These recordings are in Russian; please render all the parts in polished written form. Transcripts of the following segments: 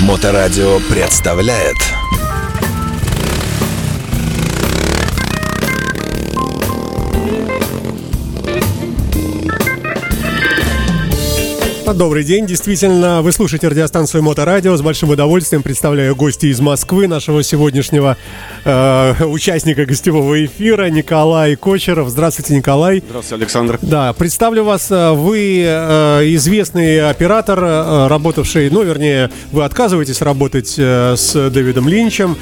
Моторадио представляет Добрый день. Действительно, вы слушаете радиостанцию Моторадио. С большим удовольствием представляю гостя из Москвы, нашего сегодняшнего участника гостевого эфира, Николай Кочеров. Здравствуйте, Николай. Здравствуйте, Александр. Да, представлю вас. Вы известный оператор, работавший, вы отказываетесь работать с Дэвидом Линчем,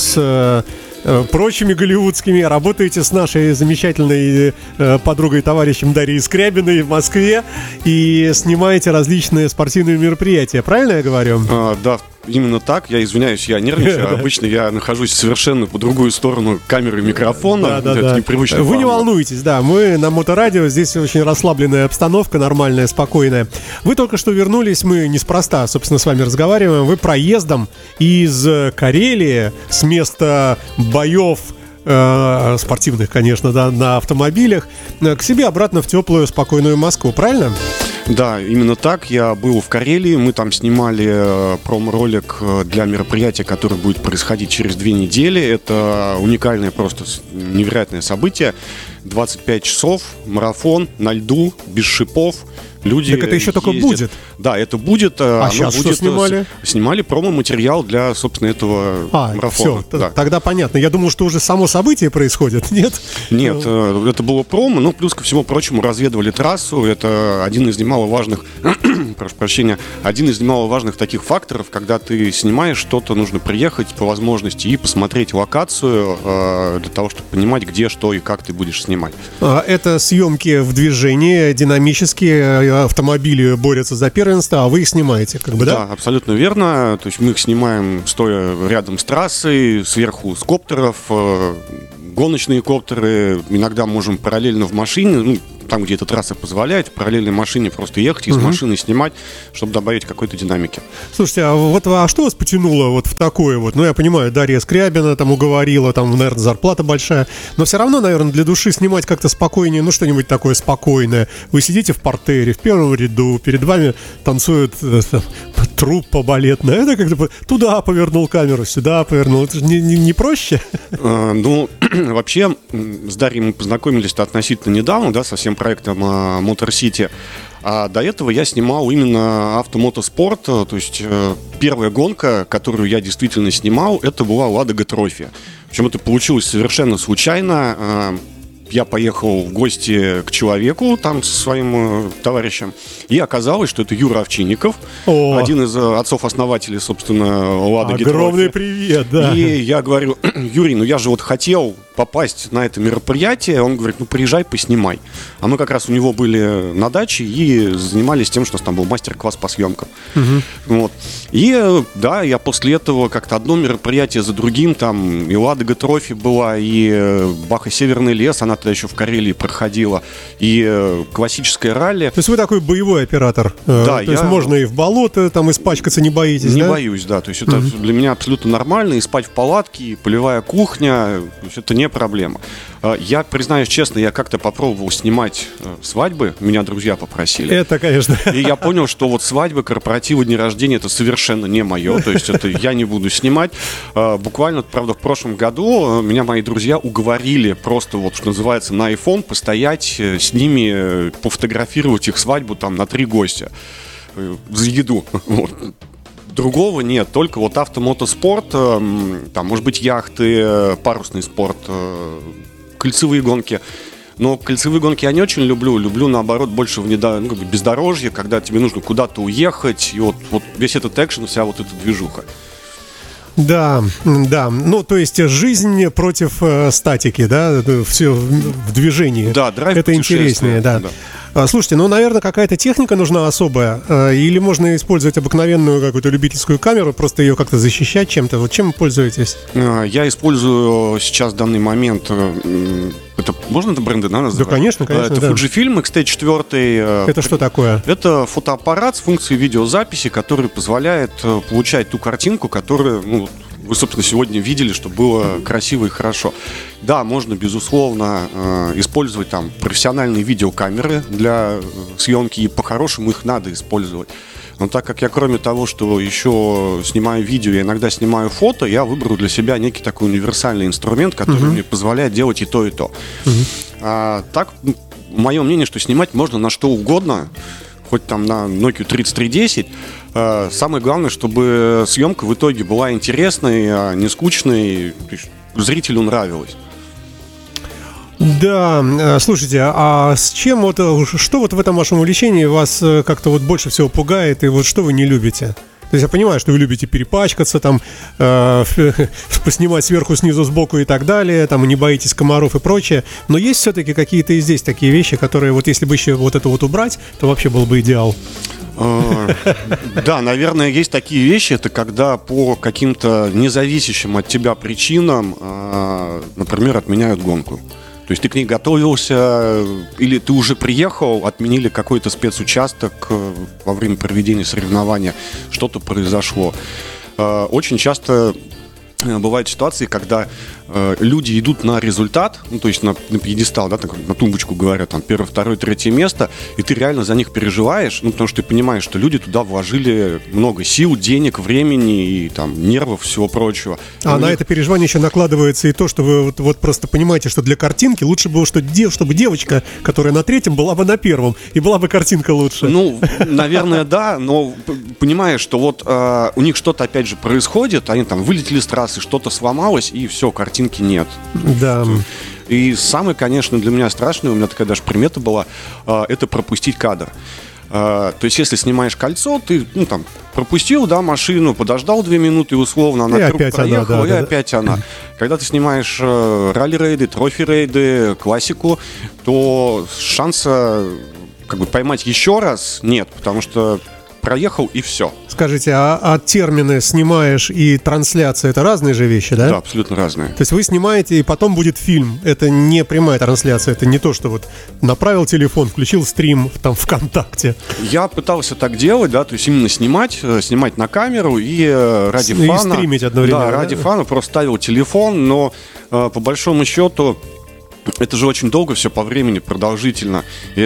с прочими голливудскими, работаете с нашей замечательной подругой и товарищем Дарьей Скрябиной в Москве и снимаете различные спортивные мероприятия. Правильно я говорю? Да, именно так. Я извиняюсь, я нервничаю. Обычно я нахожусь совершенно по другую сторону камеры и микрофона. Да. Непривычно. Вы не волнуйтесь, да. Мы на Моторадио. Здесь очень расслабленная обстановка, нормальная, спокойная. Вы только что вернулись, мы неспроста, собственно, с вами разговариваем. Вы проездом из Карелии, с места боев спортивных, конечно, да, на автомобилях, к себе обратно в теплую, спокойную Москву, правильно? Да, именно так. Я был в Карелии, мы там снимали промо-ролик для мероприятия, которое будет происходить через 2 недели. Это уникальное, просто невероятное событие. 25 часов, марафон на льду, без шипов. Люди так это еще только ездят. будет? Да, это будет. А сейчас что снимали? Снимали промо-материал для, собственно, этого марафона. Все, да. Тогда понятно. Я думал, что уже само событие происходит, нет? Нет, это было промо, но плюс ко всему прочему разведывали трассу. Это один из немаловажных, прошу прощения, один из немаловажных таких факторов, когда ты снимаешь что-то, нужно приехать по возможности и посмотреть локацию для того, чтобы понимать, где, что и как ты будешь снимать. Это съемки в движении, динамические, автомобили борются за первенство, а вы их снимаете, как бы, да? Да, абсолютно верно. То есть мы их снимаем, стоя рядом с трассой, сверху с коптеров, гоночные коптеры. Иногда можем параллельно в машине, там, где эта трасса позволяет, в параллельной машине просто ехать, из машины снимать, чтобы добавить какой-то динамики. Слушайте, а что вас потянуло вот в такое вот? Я понимаю, Дарья Скрябина там уговорила, там, наверное, зарплата большая, но все равно, наверное, для души снимать как-то спокойнее, что-нибудь такое спокойное. Вы сидите в партере, в первом ряду, перед вами танцует труппа балетная. Это как-то туда повернул камеру, сюда повернул. Это же не проще? Вообще, с Дарьей мы познакомились относительно недавно, да, со всем проектом Motor City. А до этого я снимал именно автомотоспорт. То есть первая гонка, которую я действительно снимал, это была Ладога Трофи. Причем это получилось совершенно случайно. Я поехал в гости к человеку, там со своим товарищем, и оказалось, что это Юра Овчинников, один из отцов-основателей, собственно, Ладоги Трофи. Огромный привет, да. И я говорю: Юрий, я же хотел попасть на это мероприятие. Он говорит: приезжай, поснимай. А мы как раз у него были на даче и занимались тем, что у нас там был мастер-класс по съемкам. Вот. И да, я после этого как-то одно мероприятие за другим, там и Ладога Трофи была, и Баха Северный лес, она тогда еще в Карелии проходила, и классическое ралли. То есть вы такой боевой оператор? Да. То есть можно и в болото там испачкаться, не боитесь, не да? боюсь, да. То есть это для меня абсолютно нормально, и спать в палатке, и полевая кухня, то есть это не проблема. Я, признаюсь честно, я как-то попробовал снимать свадьбы, меня друзья попросили. Это, конечно. И я понял, что вот свадьбы, корпоративы, дни рождения — это совершенно не мое, то есть это я не буду снимать. Буквально, правда, в прошлом году меня мои друзья уговорили просто что называется, на iPhone постоять с ними, пофотографировать их свадьбу там на 3 гостя за еду. Другого нет, только автомотоспорт, там, может быть, яхты, парусный спорт, кольцевые гонки. Но кольцевые гонки я не очень люблю. Люблю, наоборот, больше бездорожье, когда тебе нужно куда-то уехать. И вот весь этот экшен, вся эта движуха. Да. То есть жизнь против статики, да, все в движении. Да, драйв. Это интереснее, да. Слушайте, наверное, какая-то техника нужна особая, или можно использовать обыкновенную какую-то любительскую камеру, просто ее как-то защищать чем-то. Чем вы пользуетесь? Я использую сейчас в данный момент. Можно это бренды называть? Да, конечно. Это Fujifilm X-T4. Это что такое? Это фотоаппарат с функцией видеозаписи, который позволяет получать ту картинку, которую вы, собственно, сегодня видели, что было красиво и хорошо. Да, можно, безусловно, использовать профессиональные видеокамеры для съемки, и по-хорошему их надо использовать. Но так как я, кроме того, что еще снимаю видео, я иногда снимаю фото, я выбрал для себя некий такой универсальный инструмент, который мне позволяет делать и то, и то. Так, мое мнение, что снимать можно на что угодно, хоть там на Nokia 3310. Самое главное, чтобы съемка в итоге была интересной, не скучной, зрителю нравилась. Да, слушайте, а с чем что вот в этом вашем увлечении вас как-то вот больше всего пугает, и вот что вы не любите? То есть я понимаю, что вы любите перепачкаться, там, поснимать сверху, снизу, сбоку и так далее, там, не боитесь комаров и прочее, но есть все-таки какие-то и здесь такие вещи, которые вот если бы еще вот это вот убрать, то вообще был бы идеал. Да, наверное, есть такие вещи, это когда по каким-то независящим от тебя причинам, например, отменяют гонку. То есть ты к ней готовился, или ты уже приехал, отменили какой-то спецучасток во время проведения соревнования, что-то произошло. Очень часто бывают ситуации, когда люди идут на результат, ну, то есть на пьедестал, да, так, на тумбочку говорят, там, 1, 2, 3 место, и ты реально за них переживаешь, ну, потому что ты понимаешь, что люди туда вложили много сил, денег, времени и там нервов, всего прочего. А на это переживание еще накладывается и то, что вы вот просто понимаете, что для картинки лучше было, чтобы девочка, которая на 3-м, была бы на 1-м, и была бы картинка лучше. Ну, наверное, да, но понимаешь, что вот у них что-то опять же происходит, они там вылетели с трассы, что-то сломалось, и все, картинки нет. Да. И самое, конечно, для меня страшное, у меня такая даже примета была, это пропустить кадр. То есть, если снимаешь кольцо, ты, ну, там, пропустил, да, машину, подождал 2 минуты, условно, она круг проехала, и опять она. Когда ты снимаешь ралли-рейды, трофи-рейды, классику, то шанса как бы поймать еще раз нет, потому что проехал и все. Скажите, а термины «снимаешь» и «трансляция» — это разные же вещи, да? Да, абсолютно разные. То есть вы снимаете, и потом будет фильм. Это не прямая трансляция, это не то, что вот направил телефон, включил стрим там ВКонтакте. Я пытался так делать, да, то есть именно снимать на камеру и ради фана. И стримить одновременно. Да, ради фана просто ставил телефон, но по большому счету это же очень долго все по времени, продолжительно.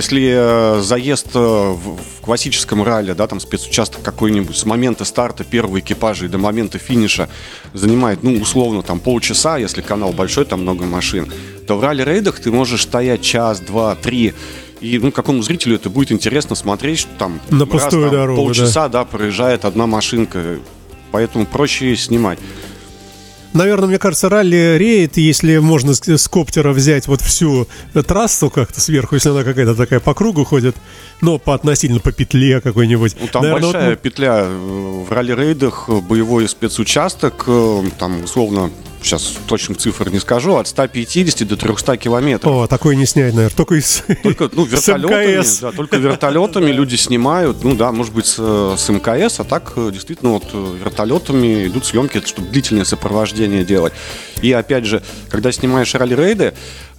Если заезд в классическом ралли, да, там спецучасток какой-нибудь с момента старта первого экипажа и до момента финиша занимает, ну, условно, там полчаса, если канал большой, там много машин, то в ралли-рейдах ты можешь стоять час, 2, 3. И, ну, какому зрителю это будет интересно смотреть, что там на пустую дорогу, полчаса, да, проезжает одна машинка. Поэтому проще снимать. Наверное, мне кажется, ралли-рейд, если можно с коптера взять вот всю трассу как-то сверху, если она какая-то такая по кругу ходит, но по петле какой-нибудь. Ну, там наверное, большая петля в ралли-рейдах, боевой спецучасток, там, условно, сейчас точных цифр не скажу, от 150 до 300 километров. О, такое не снять, наверное, только вертолетами. Да, только вертолетами люди снимают, ну да, может быть, с МКС, а так действительно вот вертолетами идут съемки, чтобы длительное сопровождение делать. И опять же, когда снимаешь ралли-рейды,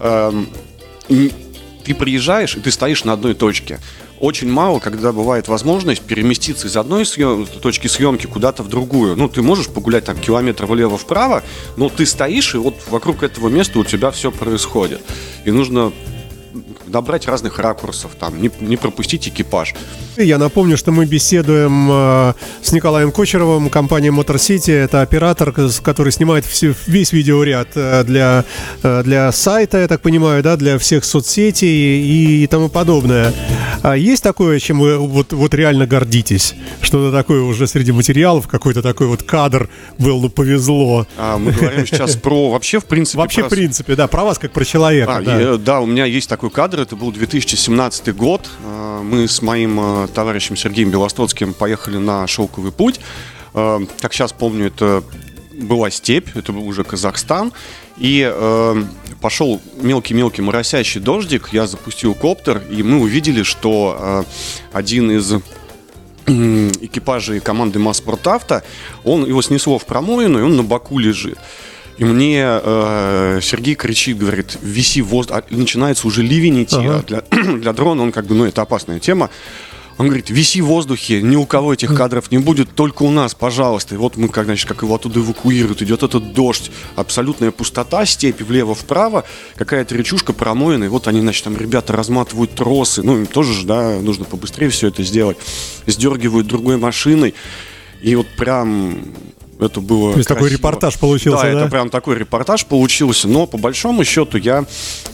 ты приезжаешь, и ты стоишь на одной точке. Очень мало, когда бывает возможность переместиться из одной точки съемки куда-то в другую. Ну, ты можешь погулять там километр влево-вправо, но ты стоишь, и вот вокруг этого места у тебя все происходит. И нужно набрать разных ракурсов, там, не пропустить экипаж. Я напомню, что мы беседуем с Николаем Кочеровым, компания Motor City. Это оператор, который снимает весь видеоряд для сайта, я так понимаю, да, для всех соцсетей и тому подобное. А есть такое, чем вы вот реально гордитесь? Что-то такое уже среди материалов, какой-то такой вот кадр был, ну, повезло. Мы говорим сейчас про вообще, в принципе... Вообще, в принципе, да, про вас как про человека. Да, у меня есть такой кадр, это был 2017 год. Мы с моим товарищем Сергеем Белостоцким поехали на шелковый путь. Как сейчас помню, это была степь, это был уже Казахстан. И пошел мелкий-мелкий моросящий дождик. Я запустил коптер, и мы увидели, что один из экипажей команды МАЗ-Спортавто, его снесло в промоину, и он на боку лежит. И мне Сергей кричит, говорит, виси в воздухе. Начинается уже ливень идти. Ага. Для дрона он как бы, ну, это опасная тема. Он говорит, виси в воздухе, ни у кого этих кадров не будет, только у нас, пожалуйста. И вот мы, значит, как его оттуда эвакуируют, идет этот дождь, абсолютная пустота, степи влево-вправо, какая-то речушка промоенная, и вот они, значит, там ребята разматывают тросы, ну, им тоже же, да, нужно побыстрее все это сделать, сдергивают другой машиной, и вот прям... Это было То есть красиво. Такой репортаж получился, да? Да, это прям такой репортаж получился, но по большому счету я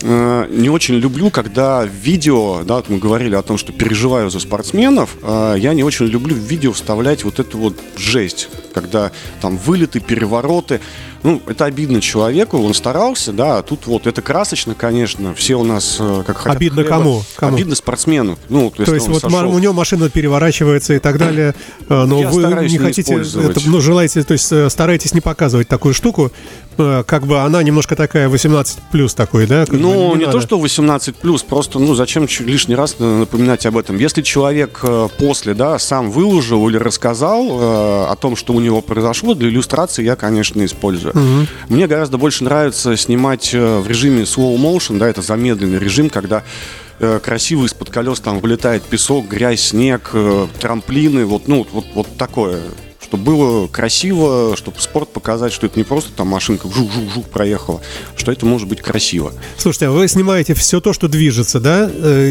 не очень люблю, когда в видео, да, мы говорили о том, что переживаю за спортсменов, я не очень люблю в видео вставлять вот эту вот жесть, когда там вылеты, перевороты. Ну, это обидно человеку, он старался, да, а тут вот это красочно, конечно, все у нас как хотят. Обидно хлеба. кому? Обидно спортсмену. Ну, то есть вот у него машина переворачивается и так далее, но я вы не хотите, желаете, то есть стараетесь не показывать такую штуку, как бы она немножко такая 18+, такой, да? Ну, не то, что 18+, просто, ну, зачем лишний раз напоминать об этом. Если человек после, да, сам выложил или рассказал о том, что у него произошло, для иллюстрации я, конечно, использую. Угу. Мне гораздо больше нравится снимать в режиме slow motion, да, это замедленный режим, когда красиво из-под колес там вылетает песок, грязь, снег, трамплины, вот, ну, вот такое. Чтобы было красиво, чтобы спорт показать, что это не просто там машинка вжух-вжух проехала, что это может быть красиво. Слушайте, а вы снимаете все то, что движется, да?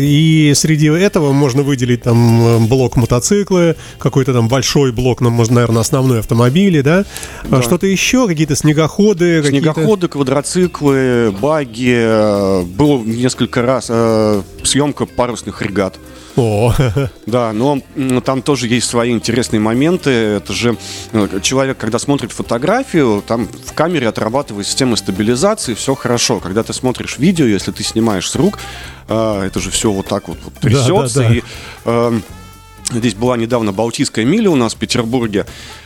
И среди этого можно выделить там блок мотоциклы, какой-то там большой блок, можно, наверное, основной автомобили, да? Да. Что-то еще, какие-то снегоходы? Снегоходы, квадроциклы, багги. Было несколько раз съемка парусных регат. О. Да, но там тоже есть свои интересные моменты. Это же человек, когда смотрит фотографию, там в камере отрабатывает система стабилизации, все хорошо. Когда ты смотришь видео, если ты снимаешь с рук, это же все вот так вот трясется. Да, да, да. И здесь была недавно Балтийская миля у нас в Петербурге.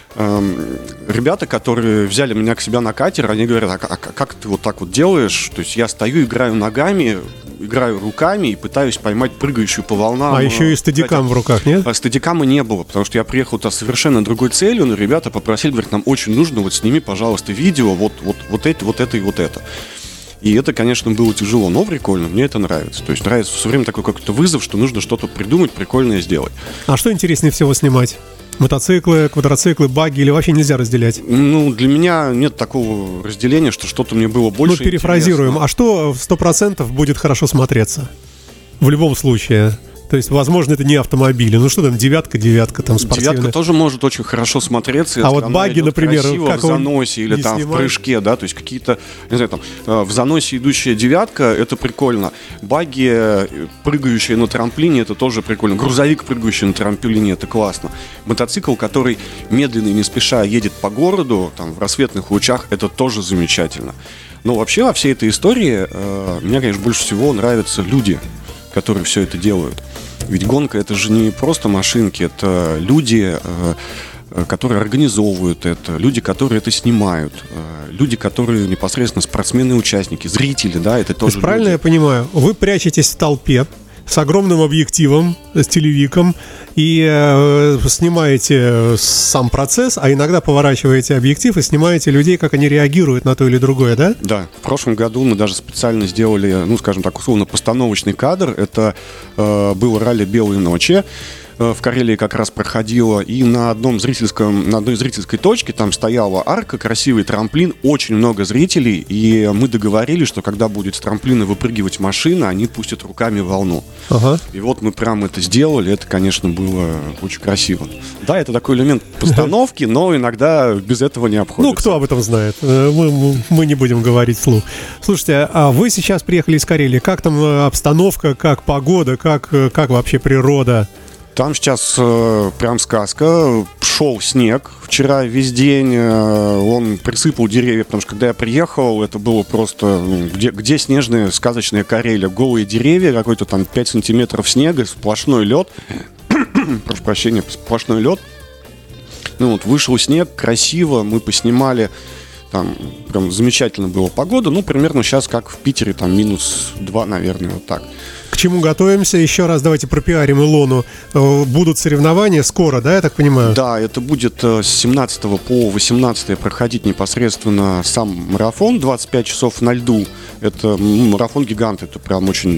Ребята, которые взяли меня к себе на катер, они говорят, а как ты вот так вот делаешь? То есть я стою, играю ногами, играю руками и пытаюсь поймать прыгающую по волнам. А еще и стадикам в руках, нет? Стадикама не было, потому что я приехал туда совершенно другой целью, но ребята попросили, говорят, нам очень нужно, вот сними, пожалуйста, видео, вот это и вот это. И это, конечно, было тяжело, но прикольно, мне это нравится. То есть нравится все время такой какой-то вызов, что нужно что-то придумать, прикольное сделать. А что интереснее всего снимать? Мотоциклы, квадроциклы, багги или вообще нельзя разделять? Ну, для меня нет такого разделения, что что-то мне было больше. Ну, перефразируем. Интересно. А что в 100% будет хорошо смотреться? В любом случае. То есть, возможно, это не автомобили. Ну что там, девятка там спортивная. Девятка тоже может очень хорошо смотреться. А вот багги, например, как в заносе или там в прыжке, да, то есть какие-то, не знаю, там в заносе идущая девятка, это прикольно. Багги, прыгающие на трамплине, это тоже прикольно. Грузовик, прыгающий на трамплине, это классно. Мотоцикл, который медленно и не спеша едет по городу, там в рассветных лучах, это тоже замечательно. Но вообще во всей этой истории мне, конечно, больше всего нравятся люди, которые все это делают. Ведь гонка — это же не просто машинки, это люди, которые организовывают это, люди, которые это снимают, люди, которые непосредственно спортсмены-участники, зрители, да, это тоже. Правильно я понимаю, вы прячетесь в толпе с огромным объективом, с телевиком и снимаете сам процесс, а иногда поворачиваете объектив и снимаете людей, как они реагируют на то или другое, да? Да. В прошлом году мы даже специально сделали, ну, скажем так, условно, постановочный кадр. Это было ралли «Белые ночи». В Карелии как раз проходила, и на одной зрительской точке там стояла арка, красивый трамплин, очень много зрителей, и мы договорились, что когда будет с трамплина выпрыгивать машина, они пустят руками волну. Ага. И вот мы прям это сделали, это, конечно, было очень красиво. Да, это такой элемент постановки, но иногда без этого не обходится. Ну, кто об этом знает? Мы не будем говорить вслух. Слушайте, а вы сейчас приехали из Карелии, как там обстановка, как погода, как вообще природа? Там сейчас прям сказка. Шел снег. Вчера весь день он присыпал деревья, потому что когда я приехал, это было просто... Где снежная сказочная Карелия? Голые деревья, какой-то там 5 сантиметров снега, сплошной лед. Прошу прощения, сплошной лед. Ну вот, вышел снег, красиво, мы поснимали. Там прям замечательно была погода. Ну, примерно сейчас, как в Питере, там -2, наверное, вот так. К чему готовимся? Еще раз давайте пропиарим Илону. Будут соревнования скоро, да, я так понимаю? Да, это будет с 17 по 18 проходить непосредственно сам марафон. 25 часов на льду. Это марафон гигант. Это прям очень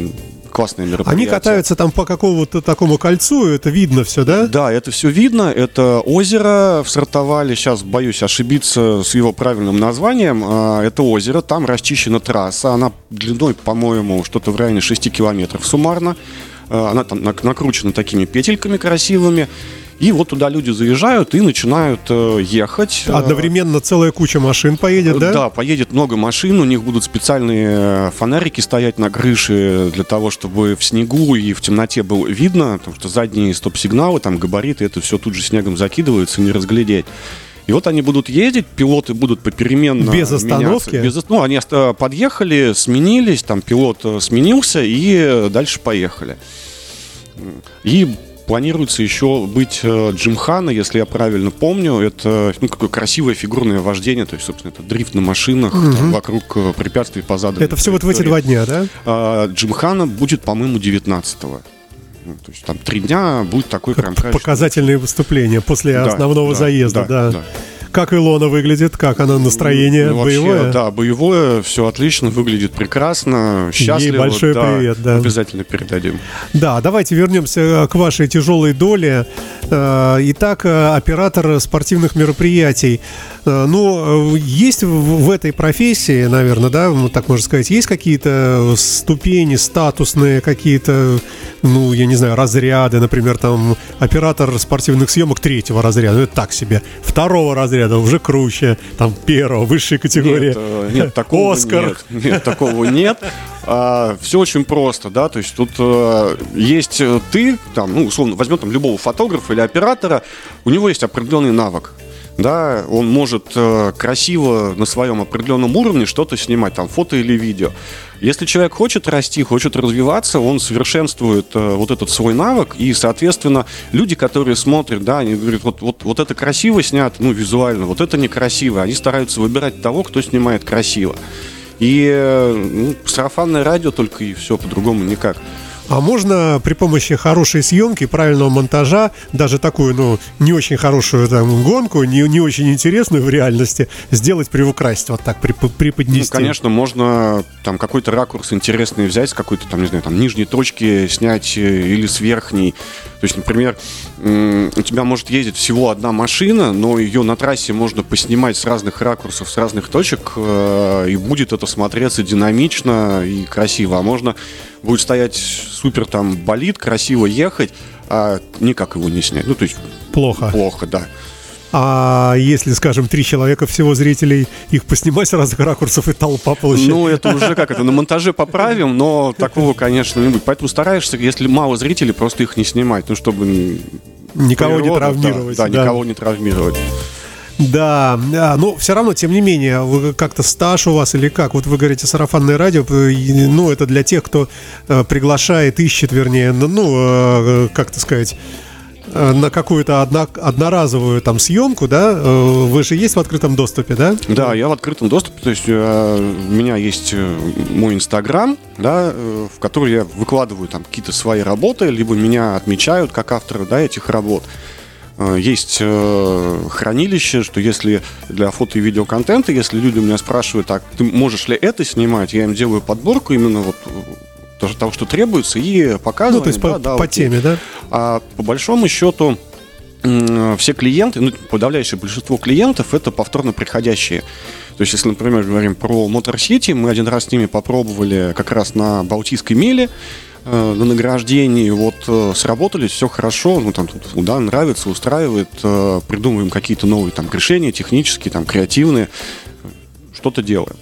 классное мероприятие. Они катаются там по какому-то такому кольцу, это видно все, да? Да, это все видно. Это озеро в Сартовале. Сейчас боюсь ошибиться с его правильным названием. Это озеро, там расчищена трасса. Она длиной, по-моему, что-то в районе 6 километров суммарно. Она там накручена такими петельками красивыми. И вот туда люди заезжают и начинают ехать. Одновременно целая куча машин поедет, да? Да, поедет много машин, у них будут специальные фонарики стоять на крыше для того, чтобы в снегу и в темноте было видно, потому что задние стоп-сигналы, там габариты, это все тут же снегом закидывается, не разглядеть. И вот они будут ездить, пилоты будут попеременно без остановки? Они подъехали, сменились, там пилот сменился и дальше поехали. И планируется еще быть джимхана, если я правильно помню. Это какое красивое фигурное вождение. То есть, собственно, это дрифт на машинах вокруг препятствий по заданной Это все вот в эти 2 дня, да? Джимхана будет, по-моему, 19-го. То есть там 3 дня будет такой прям... Показательные выступления после основного заезда, да. Как Илона выглядит, как она настроение, вообще, боевое? Да, боевое, все отлично, выглядит прекрасно, счастливо. Ей большой привет, да. Обязательно передадим. Да, давайте вернемся к вашей тяжелой доле. Итак, оператор спортивных мероприятий. Ну, есть в этой профессии, наверное, да, так можно сказать, есть какие-то ступени статусные, какие-то, ну, я не знаю, разряды, например, там, оператор спортивных съемок 3-го разряда, это так себе, 2-го разряда уже круче, там, 1-го, высшей категории. Нет, такого Оскар. Нет, такого нет. Все очень просто, да, то есть тут есть ты, там, ну, условно, возьмем там любого фотографа или оператора, у него есть определенный навык. Да, он может красиво на своем определенном уровне что-то снимать, там, фото или видео. Если человек хочет расти, хочет развиваться, он совершенствует вот этот свой навык, и, соответственно, люди, которые смотрят, да, они говорят, вот это красиво снято, ну, визуально, вот это некрасиво, они стараются выбирать того, кто снимает красиво. И сарафанное радио только и все, по-другому никак. А можно при помощи хорошей съемки, правильного монтажа, даже такую, ну, не очень хорошую там гонку, не очень интересную в реальности, сделать, приукрасить, вот так, преподнести? Ну, конечно, можно там какой-то ракурс интересный взять, с какой-то там, не знаю, там нижней точки снять или с верхней. То есть, например, у тебя может ездить всего одна машина, но ее на трассе можно поснимать с разных ракурсов, с разных точек, и будет это смотреться динамично и красиво. А можно будет стоять супер там болид, красиво ехать, а никак его не снять. Ну, то есть плохо, да. А если, скажем, 3 человека всего зрителей, их поснимать с разных ракурсов и толпа получается? Ну, это уже на монтаже поправим, но такого, конечно, не будет. Поэтому стараешься, если мало зрителей, просто их не снимать, ну, чтобы... Никого не травмировать. Да, никого не травмировать. Да, но все равно, тем не менее, вы как-то стаж у вас или как? Вот вы говорите сарафанное радио, ну, это для тех, кто приглашает, ищет, вернее, ну, как-то сказать, на какую-то одноразовую там съемку, да? Вы же есть в открытом доступе, да? Да, я в открытом доступе, то есть у меня есть мой Инстаграм, да, в который я выкладываю там какие-то свои работы, либо меня отмечают как автора, да, этих работ. Есть хранилище, что если для фото и видеоконтента, если люди меня спрашивают, так, ты можешь ли это снимать, я им делаю подборку именно вот того, что требуется, и показываю. Ну, то есть по теме, да? А по большому счету все клиенты, ну, подавляющее большинство клиентов, это повторно приходящие. То есть, если, например, говорим про Motor City, мы один раз с ними попробовали как раз на Балтийской миле, на награждении, вот сработались, все хорошо, ну там да, нравится, устраивает, придумываем какие-то новые там решения, технические, там креативные, что-то делаем.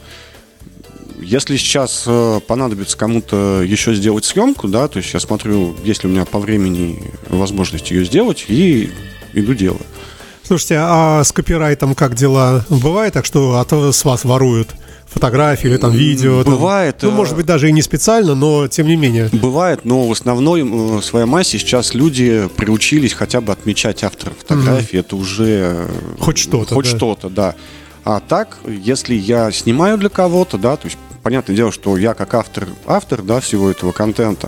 Если сейчас понадобится кому-то еще сделать съемку, да, то есть я смотрю, есть ли у меня по времени возможность ее сделать, и иду делаю. Слушайте, а с копирайтом как дела? Бывает так, что с вас воруют фотографии или там видео? Бывает. Там, ну, может быть, даже и не специально, но тем не менее. Бывает, но в основной своей массе сейчас люди приучились хотя бы отмечать автора фотографии. Это уже... Хоть что-то. Хоть что-то, да. А так, если я снимаю для кого-то, да, то есть, понятное дело, что я как автор, да, всего этого контента,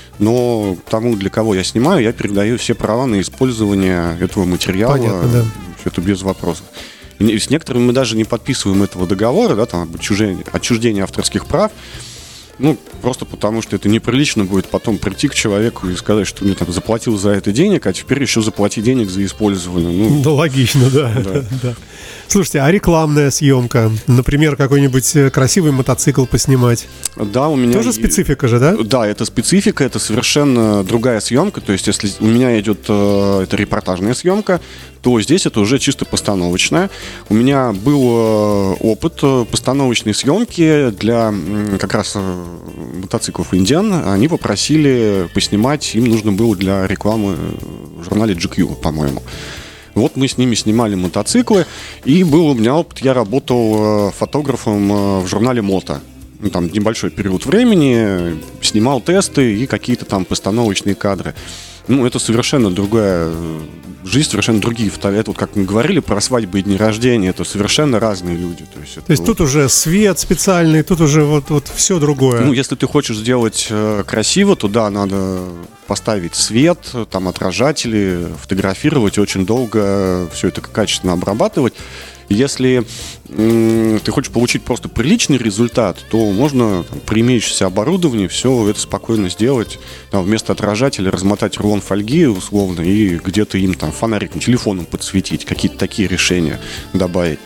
но тому, для кого я снимаю, я передаю все права на использование этого материала. Понятно, да. Это без вопросов. И с некоторыми мы даже не подписываем этого договора, да, там, отчуждение авторских прав. Ну, просто потому, что это неприлично будет потом прийти к человеку и сказать, что мне там заплатил за это денег, а теперь еще заплати денег за использование. Ну, да, логично, да. Да. Слушайте, а рекламная съемка? Например, какой-нибудь красивый мотоцикл поснимать? Да, у меня... Тоже специфика же, да? Да, это специфика, это совершенно другая съемка. То есть, если у меня идет это репортажная съемка, то здесь это уже чисто постановочная. У меня был опыт постановочной съемки для как раз мотоциклов Indian. Они попросили поснимать, им нужно было для рекламы в журнале GQ, по-моему. Вот мы с ними снимали мотоциклы, и был у меня опыт, я работал фотографом в журнале «Мото». Там небольшой период времени, снимал тесты и какие-то там постановочные кадры. Ну, это совершенно другая жизнь, совершенно другие фотографии. Это вот как мы говорили про свадьбы и дни рождения, это совершенно разные люди. То есть вот... тут уже свет специальный, тут уже вот все другое. Ну, если ты хочешь сделать красиво, то да, надо поставить свет, там отражатели, фотографировать очень долго, все это качественно обрабатывать. Если ты хочешь получить просто приличный результат, то можно при имеющемся оборудовании все это спокойно сделать. Там, вместо отражателя размотать рулон фольги условно и где-то им там фонариком, телефоном подсветить, какие-то такие решения добавить.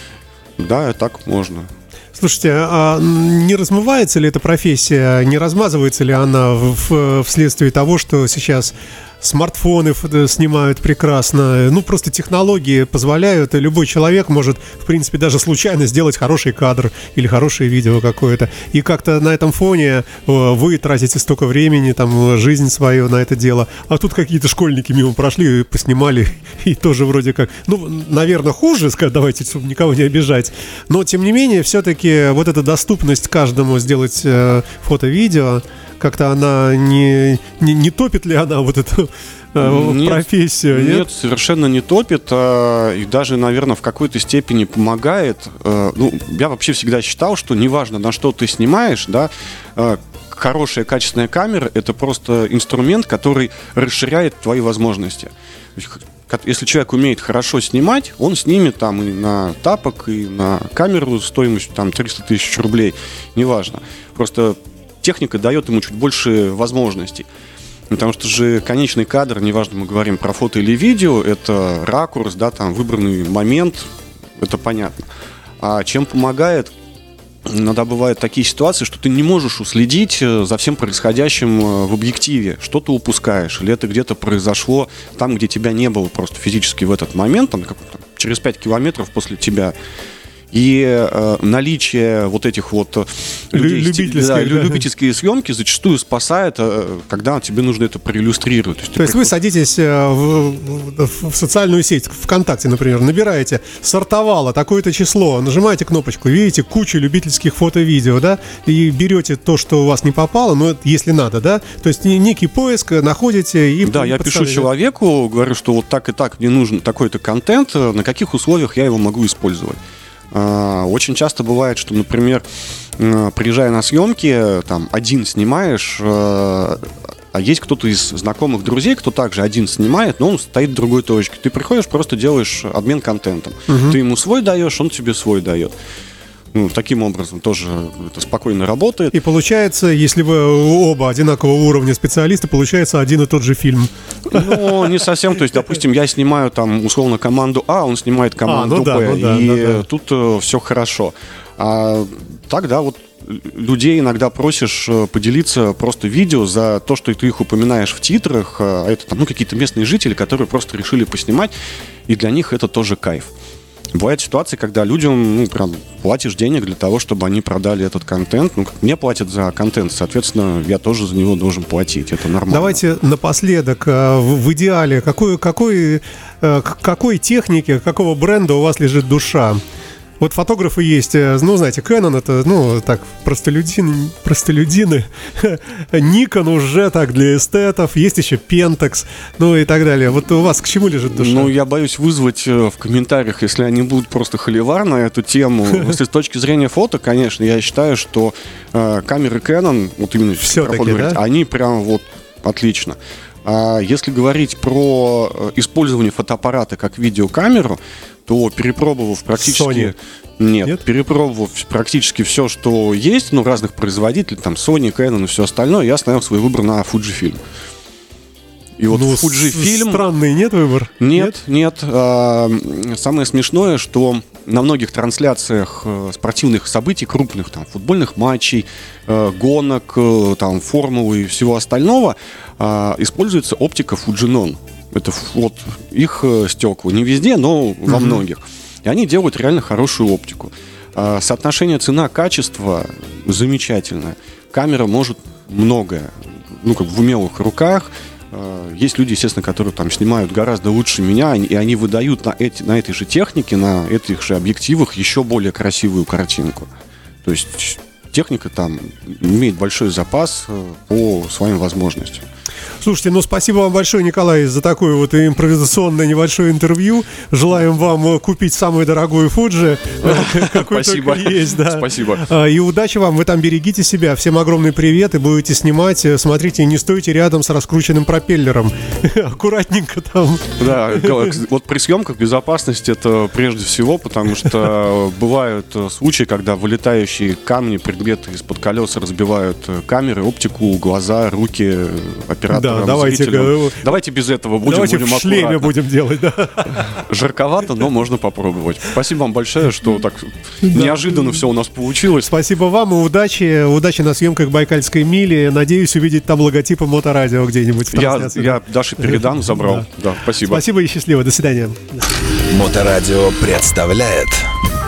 Да, так можно. Слушайте, а не размывается ли эта профессия, не размазывается ли она вследствие того, что сейчас смартфоны снимают прекрасно, ну просто технологии позволяют, и любой человек может, в принципе, даже случайно сделать хороший кадр или хорошее видео какое-то, и как-то на этом фоне вы тратите столько времени, там, жизнь свою на это дело, а тут какие-то школьники мимо прошли, поснимали, и тоже вроде как, ну, наверное, хуже, давайте, чтобы никого не обижать, но, тем не менее, все-таки вот эта доступность каждому сделать фото-видео, как-то она не топит ли она вот эту профессию? Нет, совершенно не топит, и даже, наверное, в какой-то степени помогает. Ну, я вообще всегда считал, что неважно, на что ты снимаешь, да, хорошая качественная камера — это просто инструмент, который расширяет твои возможности. Если человек умеет хорошо снимать, он снимет там и на тапок, и на камеру стоимостью там 300 тысяч рублей, неважно. Просто техника дает ему чуть больше возможностей. Потому что же конечный кадр, неважно, мы говорим про фото или видео, это ракурс, да, там выбранный момент, это понятно. А чем помогает? Иногда бывают такие ситуации, что ты не можешь уследить за всем происходящим в объективе. Что ты упускаешь, или это где-то произошло там, где тебя не было просто физически в этот момент, там, через 5 километров после тебя. И наличие вот этих вот любительские съемки зачастую спасает, когда тебе нужно это проиллюстрировать. То есть вы садитесь в социальную сеть, ВКонтакте, например, набираете «сортовало» такое-то число, нажимаете кнопочку, видите кучу любительских фото-видео, да, и берете то, что у вас не попало, но если надо, да, то есть некий поиск находите и... Да, я пишу человеку, говорю, что вот так и так мне нужен такой-то контент, на каких условиях я его могу использовать. Очень часто бывает, что, например, приезжая на съемки, там, один снимаешь, а есть кто-то из знакомых друзей, кто также один снимает, но он стоит в другой точке. Ты приходишь, просто делаешь обмен контентом. Ты ему свой даешь, он тебе свой дает. Ну, таким образом тоже это спокойно работает. И получается, если вы оба одинакового уровня специалиста, получается один и тот же фильм. Ну, не совсем. То есть, допустим, я снимаю там условно команду А, он снимает команду Б, тут все хорошо. А так, да, вот людей иногда просишь поделиться просто видео за то, что ты их упоминаешь в титрах, а это там, ну, какие-то местные жители, которые просто решили поснимать, и для них это тоже кайф. Бывают ситуации, когда людям, ну, прям платишь денег для того, чтобы они продали этот контент. Ну, мне платят за контент, соответственно, я тоже за него должен платить. Это нормально. Давайте напоследок, в идеале, какой техники, какого бренда у вас лежит душа? Вот фотографы есть, ну, знаете, Canon это, ну, так, простолюдины. Nikon уже так для эстетов, есть еще Pentax, ну и так далее. Вот у вас к чему лежит душа? Ну, я боюсь вызвать в комментариях, если они будут просто холивар на эту тему. С точки зрения фото, конечно, я считаю, что камеры Canon, вот именно, все-таки, да? они прям вот отлично. А если говорить про использование фотоаппарата как видеокамеру, то перепробовав практически... Sony. Нет, перепробовав практически все, что есть, ну, разных производителей, там, Sony, Canon и все остальное, я остановил свой выбор на Fujifilm. И вот Fujifilm... Странный, нет выбор? Нет. Самое смешное, что на многих трансляциях спортивных событий, крупных, там, футбольных матчей, гонок, там, формулы и всего остального, используется оптика Fujinon. Это вот их стекла. Не везде, но во многих. И они делают реально хорошую оптику. Соотношение цена-качество замечательное. Камера может многое. Ну, как в умелых руках. Есть люди, естественно, которые там снимают гораздо лучше меня, и они выдают на этой же технике, на этих же объективах еще более красивую картинку. То есть техника там имеет большой запас по своим возможностям. Слушайте, ну спасибо вам большое, Николай, за такое вот импровизационное небольшое интервью. Желаем вам купить самую дорогую Fuji, какой только есть. Спасибо. И удачи вам, вы там берегите себя. Всем огромный привет, и будете снимать. Смотрите, не стойте рядом с раскрученным пропеллером. Аккуратненько там. Да, вот при съемках безопасность это прежде всего, потому что бывают случаи, когда вылетающие камни, предметы из-под колес разбивают камеры, оптику, глаза, руки операторам, зрителям. Давайте без этого будем в шлеме аккуратно. будем делать, да. Жарковато, но можно попробовать. Спасибо вам большое, что так неожиданно все у нас получилось. Спасибо вам и удачи на съемках Байкальской мили. Надеюсь увидеть там логотипы Моторадио где-нибудь в трансляции. Я Даше передам, забрал. Да, спасибо. Спасибо и счастливо. До свидания. Моторадио представляет